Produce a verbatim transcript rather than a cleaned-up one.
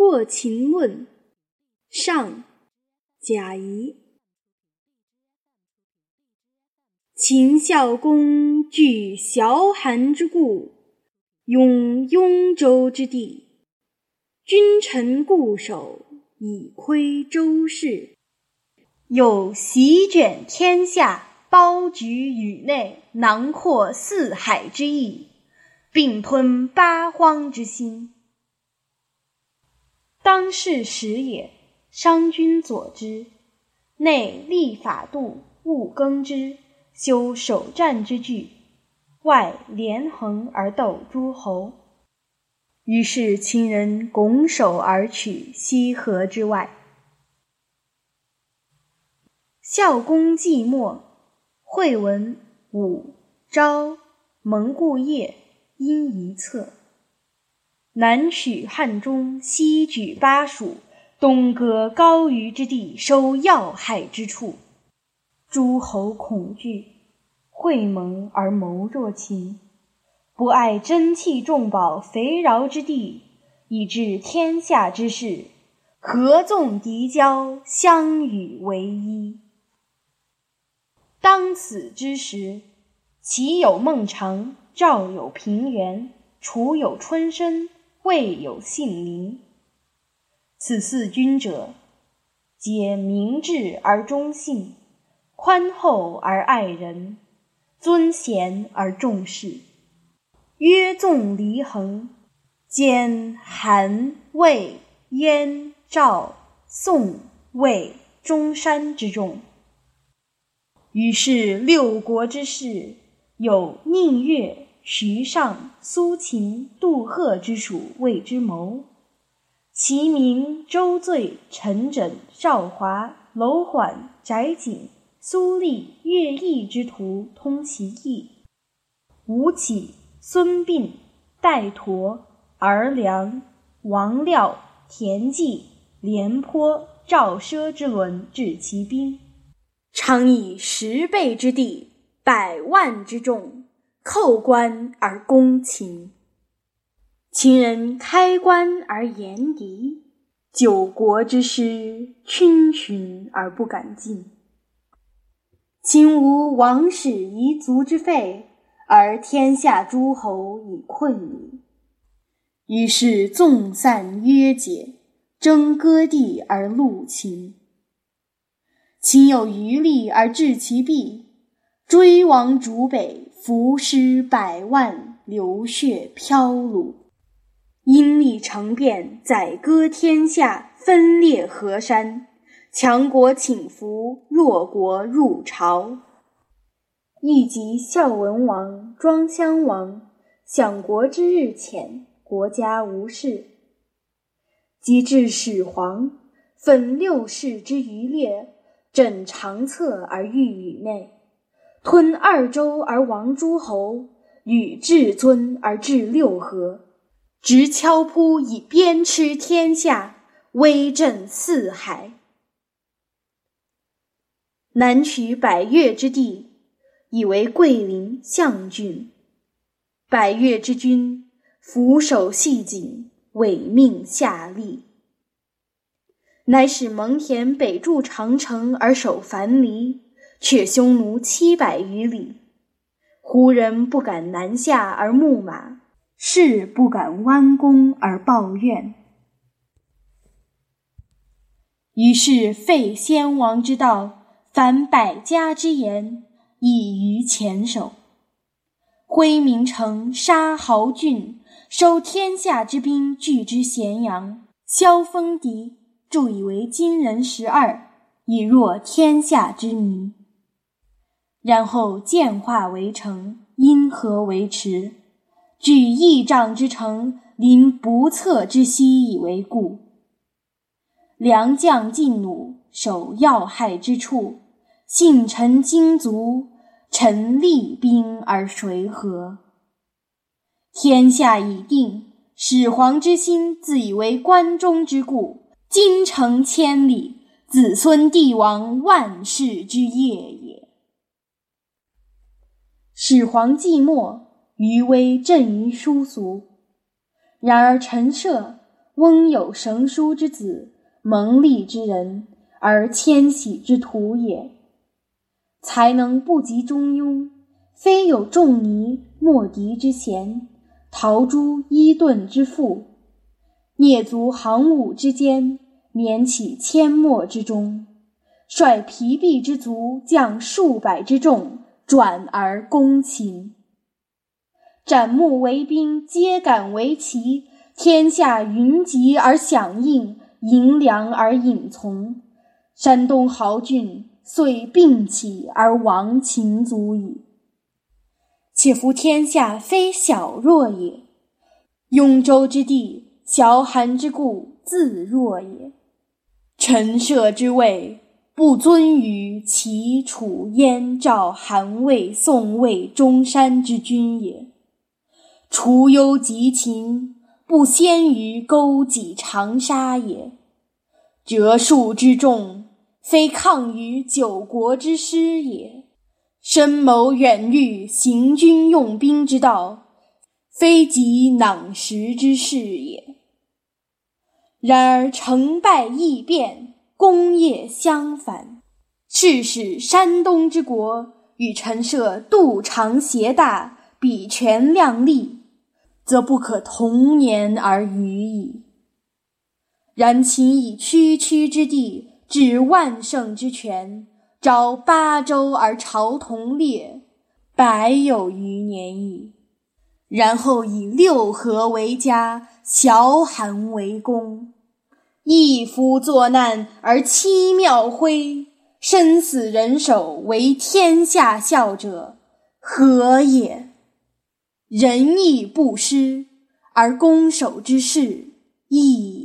过秦论上，贾谊。秦孝公据崤函之固，拥雍州之地，君臣固守，以窥周室。 有席卷天下，包举宇内，囊括四海之意，并吞八荒之心。当世时也，商君佐之，内立法度，务耕之，修守战之具，外连横而斗诸侯。于是秦人拱手而取西河之外。孝公既没，惠文、武、昭、蒙故业因一策，南取汉中，西举巴蜀，东割高于之地，收要害之处。诸侯恐惧，会盟而谋弱秦，不爱珍器重宝肥饶之地，以致天下之事，合纵敌交，相与为一。当此之时，齐有孟尝，赵有平原，楚有春申，魏有信陵。此四君者，皆明智而忠信，宽厚而爱人，尊贤而重士，约纵离衡，兼韩、魏、燕、赵、宋、魏、中山之众。于是六国之士，有宁越、徐尚、苏秦、杜赫之属为之谋。齐明、周醉、陈轸、邵华、楼缓、翟景、苏厉、乐毅之徒通其意。吴起、孙膑、戴佗、儿良、王廖、田忌、廉颇、赵奢之轮治其兵，常以十倍之地，百万之众，寇关而攻秦。秦人开关而严敌，九国之师，逡巡而不敢进。秦无王室遗族之废，而天下诸侯已困矣。于是纵散约解，争割地而戮秦。秦有余力而制其弊，追亡逐北，伏尸百万，流血飘橹。因利成变，宰割天下，分裂河山，强国倾服，弱国入朝。亦及孝文王、庄襄王，享国之日浅，国家无事。及至始皇，分六世之余烈，枕长策而御宇内，吞二周而亡诸侯，与至尊而治六合，执敲扑以鞭笞天下，威震四海。南取百越之地，以为桂林、象郡。百越之君，俯首系颈，委命下吏。乃使蒙恬北筑长城而守樊篱，却匈奴七百余里。胡人不敢南下而牧马，士不敢弯弓而抱怨。于是废先王之道，反百家之言，以于前手。挥名城，杀豪俊，收天下之兵，聚之咸阳，削锋敌，铸以为金人十二，以弱天下之民。然后建化为城，因河为池，据亿丈之城，临不测之溪以为固。良将劲弩，守要害之处，信臣精卒，臣厉兵而谁和？天下已定，始皇之心自以为关中之固，京城千里，子孙帝王万世之业也。始皇既没，余威震于殊俗。然而陈涉翁有绳书之子，蒙利之人，而迁徙之徒也。才能不及中庸，非有仲尼、莫迪之贤，陶朱、伊顿之富，蹑足行伍之间，免起阡陌之中，率疲弊之卒，将数百之众，转而攻秦。斩木为兵，秸秆为旗，天下云集而响应，迎粮而引从。山东豪俊遂并起而亡秦族矣。且夫天下非小弱也，雍州之地，崤函之固，自弱也。陈涉之位，不尊于齐、楚、燕、赵、韩、魏、宋、魏、中山之君也。除忧及秦，不先于勾稽长沙也。折数之众，非抗于九国之师也。深谋远虑，行军用兵之道，非及囊实之事也。然而成败易变，功业相反，是使山东之国与陈涉度长协大，比权量力，则不可同年而语矣。然秦以区区之地，治万乘之权，招八州而朝同列，百有余年矣。然后以六合为家，崤函为宫，一夫作难而七庙徽，生死人手为天下笑者，何也？仁义不施，而攻守之势异